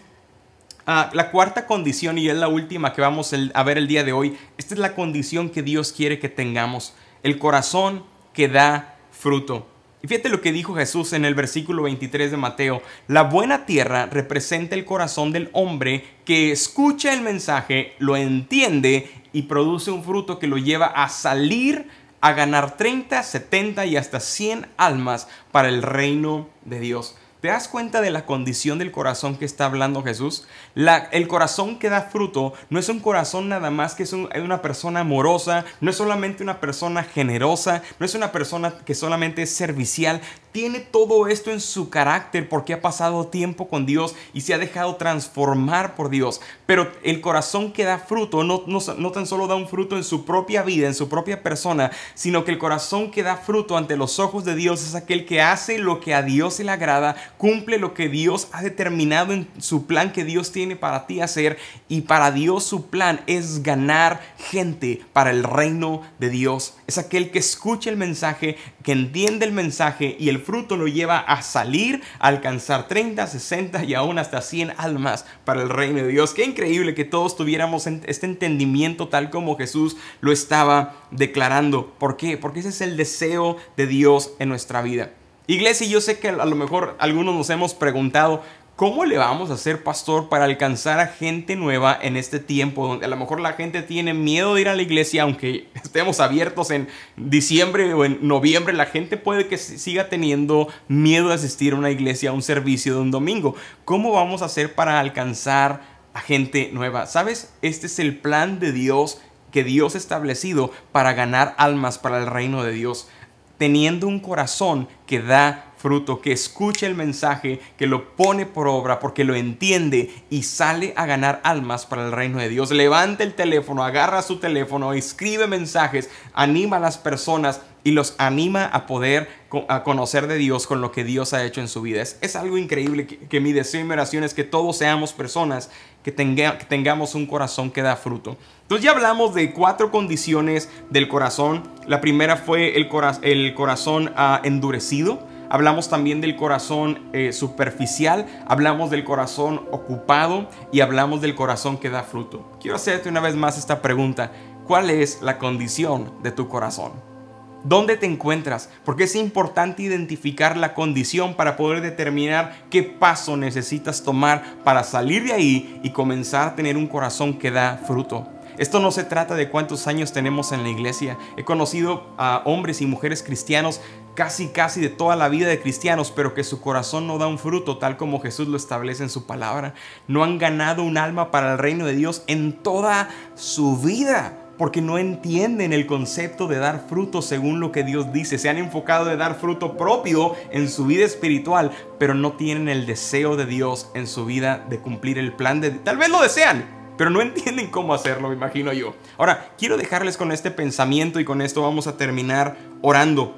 Uh, la cuarta condición, y es la última que vamos el, a ver el día de hoy, esta es la condición que Dios quiere que tengamos: el corazón que da fruto. Y fíjate lo que dijo Jesús en el versículo veintitrés de Mateo: la buena tierra representa el corazón del hombre que escucha el mensaje, lo entiende y produce un fruto que lo lleva a salir a ganar treinta, setenta y hasta cien almas para el reino de Dios. ¿Te das cuenta de la condición del corazón que está hablando Jesús? La, el corazón que da fruto no es un corazón nada más que es un, una persona amorosa, no es solamente una persona generosa, no es una persona que solamente es servicial. Tiene todo esto en su carácter porque ha pasado tiempo con Dios y se ha dejado transformar por Dios. Pero el corazón que da fruto no, no, no tan solo da un fruto en su propia vida, en su propia persona, sino que el corazón que da fruto ante los ojos de Dios es aquel que hace lo que a Dios se le agrada, cumple lo que Dios ha determinado en su plan que Dios tiene para ti hacer, y para Dios su plan es ganar gente para el reino de Dios. Es aquel que escucha el mensaje, que entiende el mensaje y el fruto lo lleva a salir, a alcanzar treinta, sesenta y aún hasta cien almas para el reino de Dios. Qué increíble que todos tuviéramos este entendimiento tal como Jesús lo estaba declarando. ¿Por qué? Porque ese es el deseo de Dios en nuestra vida. Iglesia, yo sé que a lo mejor algunos nos hemos preguntado: ¿cómo le vamos a hacer, pastor, para alcanzar a gente nueva en este tiempo donde a lo mejor la gente tiene miedo de ir a la iglesia? Aunque estemos abiertos en diciembre o en noviembre, la gente puede que siga teniendo miedo de asistir a una iglesia, a un servicio de un domingo. ¿Cómo vamos a hacer para alcanzar a gente nueva? ¿Sabes? Este es el plan de Dios que Dios ha establecido para ganar almas para el reino de Dios, teniendo un corazón que da fruto, que escucha el mensaje, que lo pone por obra porque lo entiende y sale a ganar almas para el reino de Dios. Levanta el teléfono, agarra su teléfono, escribe mensajes, anima a las personas y los anima a poder a conocer de Dios con lo que Dios ha hecho en su vida. Es, es algo increíble que, que mi deseo y mi oración es que todos seamos personas que, tenga, que tengamos un corazón que da fruto. Entonces ya hablamos de cuatro condiciones del corazón. La primera fue el, cora el corazón uh, endurecido. Hablamos también del corazón eh, superficial, hablamos del corazón ocupado y hablamos del corazón que da fruto. Quiero hacerte una vez más esta pregunta: ¿cuál es la condición de tu corazón? ¿Dónde te encuentras? Porque es importante identificar la condición para poder determinar qué paso necesitas tomar para salir de ahí y comenzar a tener un corazón que da fruto. Esto no se trata de cuántos años tenemos en la iglesia. He conocido a hombres y mujeres cristianos casi casi de toda la vida de cristianos, pero que su corazón no da un fruto tal como Jesús lo establece en su palabra. No han ganado un alma para el reino de Dios en toda su vida, porque no entienden el concepto de dar fruto según lo que Dios dice. Se han enfocado de dar fruto propio en su vida espiritual, pero no tienen el deseo de Dios en su vida de cumplir el plan de... Tal vez lo desean, pero no entienden cómo hacerlo, me imagino yo. Ahora, quiero dejarles con este pensamiento y con esto vamos a terminar orando.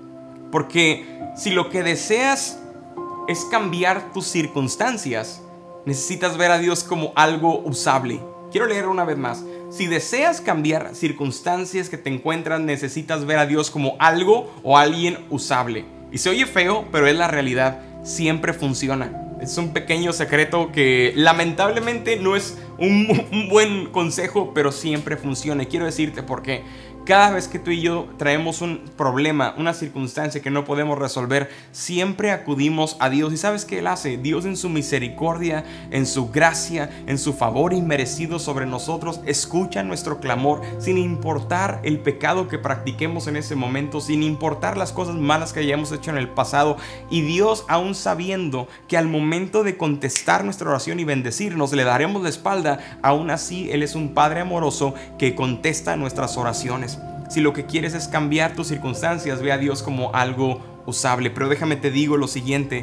Porque si lo que deseas es cambiar tus circunstancias, necesitas ver a Dios como algo usable. Quiero leer una vez más. Si deseas cambiar circunstancias que te encuentran, necesitas ver a Dios como algo o alguien usable. Y se oye feo, pero es la realidad. Siempre funciona. Es un pequeño secreto que lamentablemente no es un, un buen consejo, pero siempre funciona. Y quiero decirte por qué. Cada vez que tú y yo traemos un problema, una circunstancia que no podemos resolver, siempre acudimos a Dios. ¿Y sabes qué Él hace? Dios en su misericordia, en su gracia, en su favor inmerecido sobre nosotros, escucha nuestro clamor sin importar el pecado que practiquemos en ese momento, sin importar las cosas malas que hayamos hecho en el pasado. Y Dios, aún sabiendo que al momento de contestar nuestra oración y bendecirnos le daremos la espalda, aún así Él es un Padre amoroso que contesta nuestras oraciones. Si lo que quieres es cambiar tus circunstancias, ve a Dios como algo usable. Pero déjame te digo lo siguiente: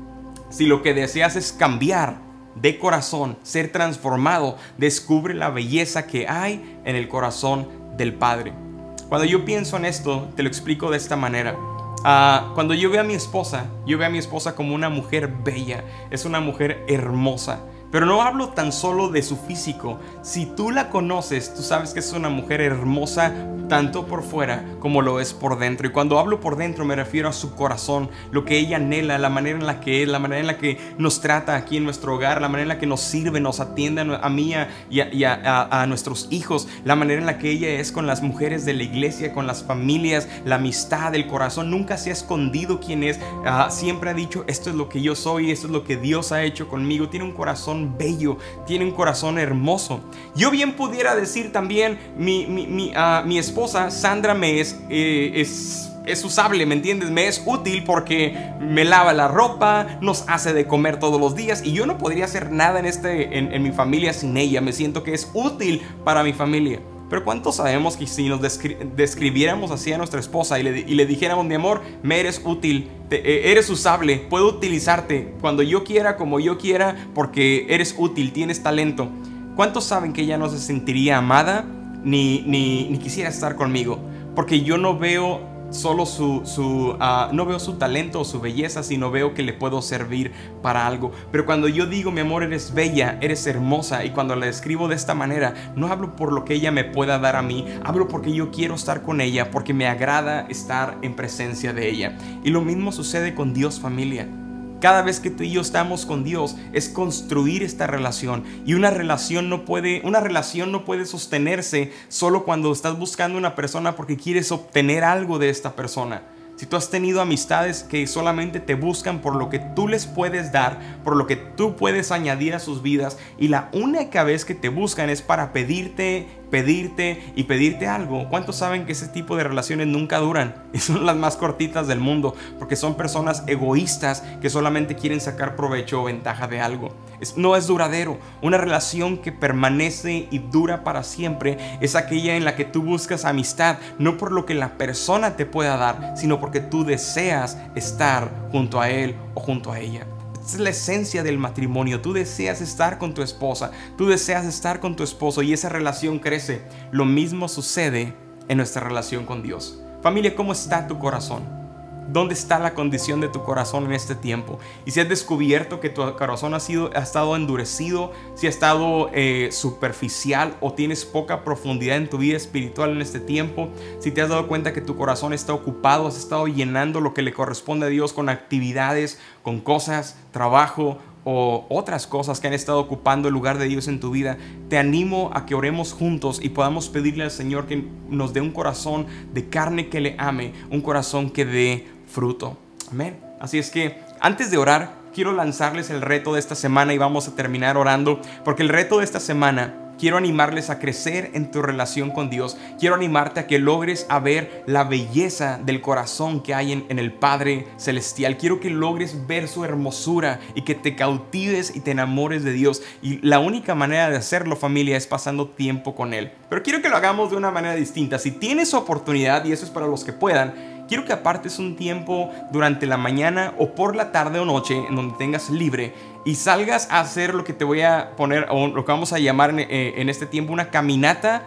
si lo que deseas es cambiar de corazón, ser transformado, descubre la belleza que hay en el corazón del Padre. Cuando yo pienso en esto, te lo explico de esta manera. Uh, cuando yo veo a mi esposa, yo veo a mi esposa como una mujer bella, es una mujer hermosa. Pero no hablo tan solo de su físico. Si tú la conoces, tú sabes que es una mujer hermosa tanto por fuera como lo es por dentro. Y cuando hablo por dentro me refiero a su corazón, lo que ella anhela, la manera en la que es, la manera en la que nos trata aquí en nuestro hogar, la manera en la que nos sirve, nos atiende a mí y a, y a, a, a nuestros hijos, la manera en la que ella es con las mujeres de la iglesia, con las familias, la amistad, el corazón. Nunca se ha escondido quién es. Uh, siempre ha dicho: esto es lo que yo soy, esto es lo que Dios ha hecho conmigo. Tiene un corazón bello, tiene un corazón hermoso. Yo bien pudiera decir también: mi, mi, mi, uh, mi esposa Sandra me es, eh, es, es usable, ¿me entiendes? Me es útil porque me lava la ropa, nos hace de comer todos los días, y yo no podría hacer nada en, este, en, en mi familia sin ella. Me siento que es útil para mi familia. Pero ¿cuántos sabemos que si nos descri describiéramos así a nuestra esposa y le, y le dijéramos: mi amor, me eres útil, te, eh, eres usable, puedo utilizarte cuando yo quiera, como yo quiera, porque eres útil, tienes talento? ¿Cuántos saben que ella no se sentiría amada ni, ni, ni quisiera estar conmigo? Porque yo no veo solo su, su uh, no veo su talento o su belleza, sino veo que le puedo servir para algo. Pero cuando yo digo: mi amor, eres bella, eres hermosa, y cuando la describo de esta manera, no hablo por lo que ella me pueda dar a mí, hablo porque yo quiero estar con ella, porque me agrada estar en presencia de ella. Y lo mismo sucede con Dios, familia. Cada vez que tú y yo estamos con Dios es construir esta relación, y una relación no puede, una relación no puede sostenerse solo cuando estás buscando una persona porque quieres obtener algo de esta persona. Si tú has tenido amistades que solamente te buscan por lo que tú les puedes dar, por lo que tú puedes añadir a sus vidas, y la única vez que te buscan es para pedirte, pedirte y pedirte algo, ¿cuántos saben que ese tipo de relaciones nunca duran? Y son las más cortitas del mundo, porque son personas egoístas que solamente quieren sacar provecho o ventaja de algo. Es, no es duradero. Una relación que permanece y dura para siempre es aquella en la que tú buscas amistad, no por lo que la persona te pueda dar, sino porque tú deseas estar junto a él o junto a ella. Esta es la esencia del matrimonio. Tú deseas estar con tu esposa, tú deseas estar con tu esposo, y esa relación crece. Lo mismo sucede en nuestra relación con Dios. Familia, ¿cómo está tu corazón? ¿Dónde está la condición de tu corazón en este tiempo? Y si has descubierto que tu corazón ha, sido, ha estado endurecido, si ha estado eh, superficial, o tienes poca profundidad en tu vida espiritual en este tiempo, si te has dado cuenta que tu corazón está ocupado, has estado llenando lo que le corresponde a Dios con actividades, con cosas, trabajo o otras cosas que han estado ocupando el lugar de Dios en tu vida, te animo a que oremos juntos y podamos pedirle al Señor que nos dé un corazón de carne que le ame, un corazón que dé fruto. Amén. Así es que antes de orar, quiero lanzarles el reto de esta semana y vamos a terminar orando, porque el reto de esta semana, quiero animarles a crecer en tu relación con Dios. Quiero animarte a que logres a ver la belleza del corazón que hay en, en el Padre Celestial. Quiero que logres ver su hermosura y que te cautives y te enamores de Dios. Y la única manera de hacerlo, familia, es pasando tiempo con Él. Pero quiero que lo hagamos de una manera distinta. Si tienes oportunidad, y eso es para los que puedan, quiero que apartes un tiempo durante la mañana o por la tarde o noche en donde tengas libre y salgas a hacer lo que te voy a poner, o lo que vamos a llamar en, eh, en este tiempo una caminata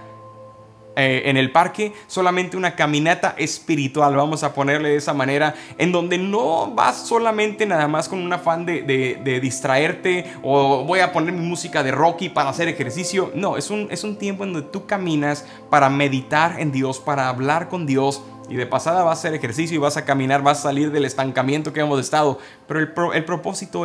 eh, en el parque. Solamente una caminata espiritual, vamos a ponerle de esa manera, en donde no vas solamente nada más con un afán de, de, de distraerte, o voy a poner mi música de Rocky para hacer ejercicio. No, es un, es un tiempo en donde tú caminas para meditar en Dios, para hablar con Dios. Y de pasada vas a hacer ejercicio y vas a caminar, vas a salir del estancamiento que hemos estado. Pero el, pro, el propósito es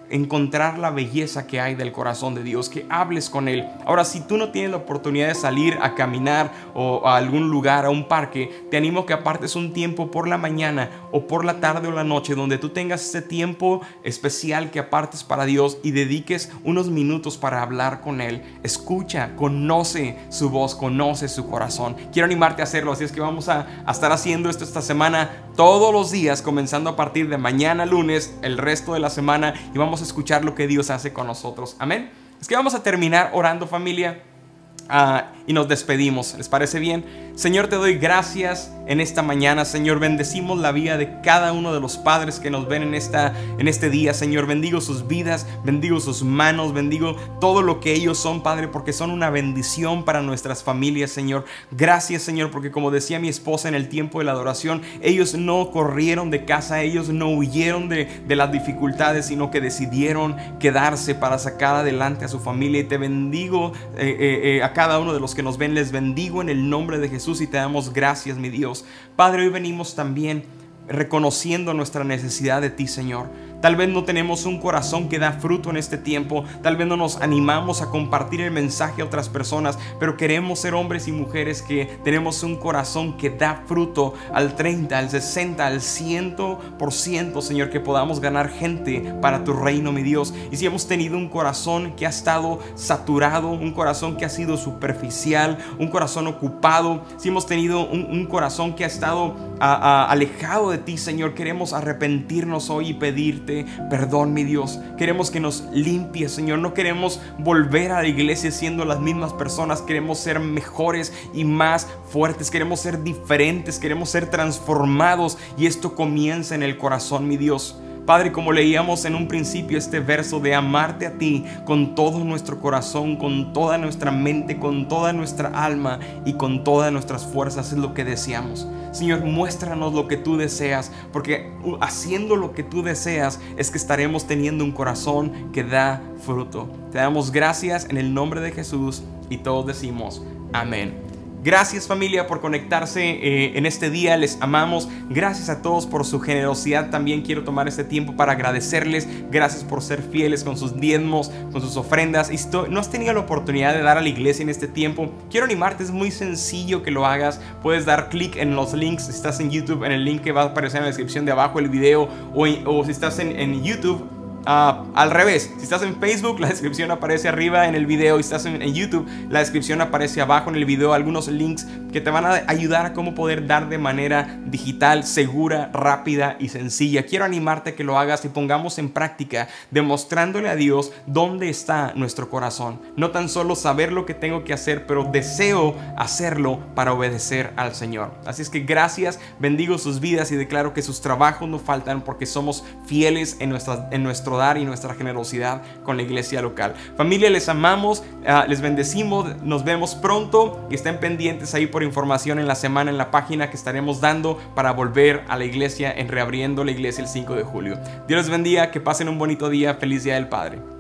encontrar la belleza que hay del corazón de Dios, que hables con Él. Ahora, si tú no tienes la oportunidad de salir a caminar o a algún lugar, a un parque, te animo a que apartes un tiempo por la mañana o por la tarde o la noche, donde tú tengas ese tiempo especial que apartes para Dios y dediques unos minutos para hablar con Él. Escucha, conoce su voz, conoce su corazón. Quiero animarte a hacerlo, así es que vamos a, a estar haciendo esto esta semana todos los días, comenzando a partir de mañana lunes, el resto de la semana, y vamos a escuchar lo que Dios hace con nosotros. Amén. Es que vamos a terminar orando, familia, uh, y nos despedimos. ¿Les parece bien? Señor, te doy gracias en esta mañana. Señor, bendecimos la vida de cada uno de los padres que nos ven en, esta, en este día. Señor, bendigo sus vidas, bendigo sus manos, bendigo todo lo que ellos son, Padre, porque son una bendición para nuestras familias, Señor. Gracias, Señor, porque como decía mi esposa en el tiempo de la adoración, ellos no corrieron de casa, ellos no huyeron de, de las dificultades, sino que decidieron quedarse para sacar adelante a su familia. Y te bendigo eh, eh, eh, a cada uno de los que nos ven, les bendigo en el nombre de Jesús y te damos gracias, mi Dios. Padre, hoy venimos también reconociendo nuestra necesidad de ti, Señor. Tal vez no tenemos un corazón que da fruto en este tiempo, tal vez no nos animamos a compartir el mensaje a otras personas, pero queremos ser hombres y mujeres que tenemos un corazón que da fruto al treinta, al sesenta, al cien por ciento, Señor, que podamos ganar gente para tu reino, mi Dios. Y si hemos tenido un corazón que ha estado saturado, un corazón que ha sido superficial, un corazón ocupado, si hemos tenido un, un corazón que ha estado a, a, alejado de ti, Señor, queremos arrepentirnos hoy y pedirte perdón, mi Dios. Queremos que nos limpies, Señor. No queremos volver a la iglesia siendo las mismas personas. Queremos ser mejores y más fuertes. Queremos ser diferentes. Queremos ser transformados. Y esto comienza en el corazón, mi Dios. Padre, como leíamos en un principio este verso de amarte a ti con todo nuestro corazón, con toda nuestra mente, con toda nuestra alma y con todas nuestras fuerzas, es lo que deseamos. Señor, muéstranos lo que tú deseas, porque haciendo lo que tú deseas es que estaremos teniendo un corazón que da fruto. Te damos gracias en el nombre de Jesús y todos decimos amén. Gracias, familia, por conectarse eh, en este día. Les amamos. Gracias a todos por su generosidad. También quiero tomar este tiempo para agradecerles. Gracias por ser fieles con sus diezmos, con sus ofrendas. Y si no has tenido la oportunidad de dar a la iglesia en este tiempo, quiero animarte. Es muy sencillo que lo hagas. Puedes dar clic en los links. Si estás en YouTube, en el link que va a aparecer en la descripción de abajo del video. O, en, o si estás en, en YouTube, Uh, al revés, si estás en Facebook, la descripción aparece arriba en el video. Y si estás en, en YouTube, la descripción aparece abajo en el video. Algunos links que te van a ayudar a cómo poder dar de manera digital, segura, rápida y sencilla. Quiero animarte a que lo hagas y pongamos en práctica, demostrándole a Dios dónde está nuestro corazón. No tan solo saber lo que tengo que hacer, pero deseo hacerlo para obedecer al Señor. Así es que gracias, bendigo sus vidas y declaro que sus trabajos no faltan, porque somos fieles en, nuestra, en nuestro dar y nuestra generosidad con la iglesia local. Familia, les amamos, uh, les bendecimos, nos vemos pronto y estén pendientes ahí por información en la semana en la página que estaremos dando para volver a la iglesia en Reabriendo la Iglesia el cinco de julio. Dios les bendiga, que pasen un bonito día, feliz Día del Padre.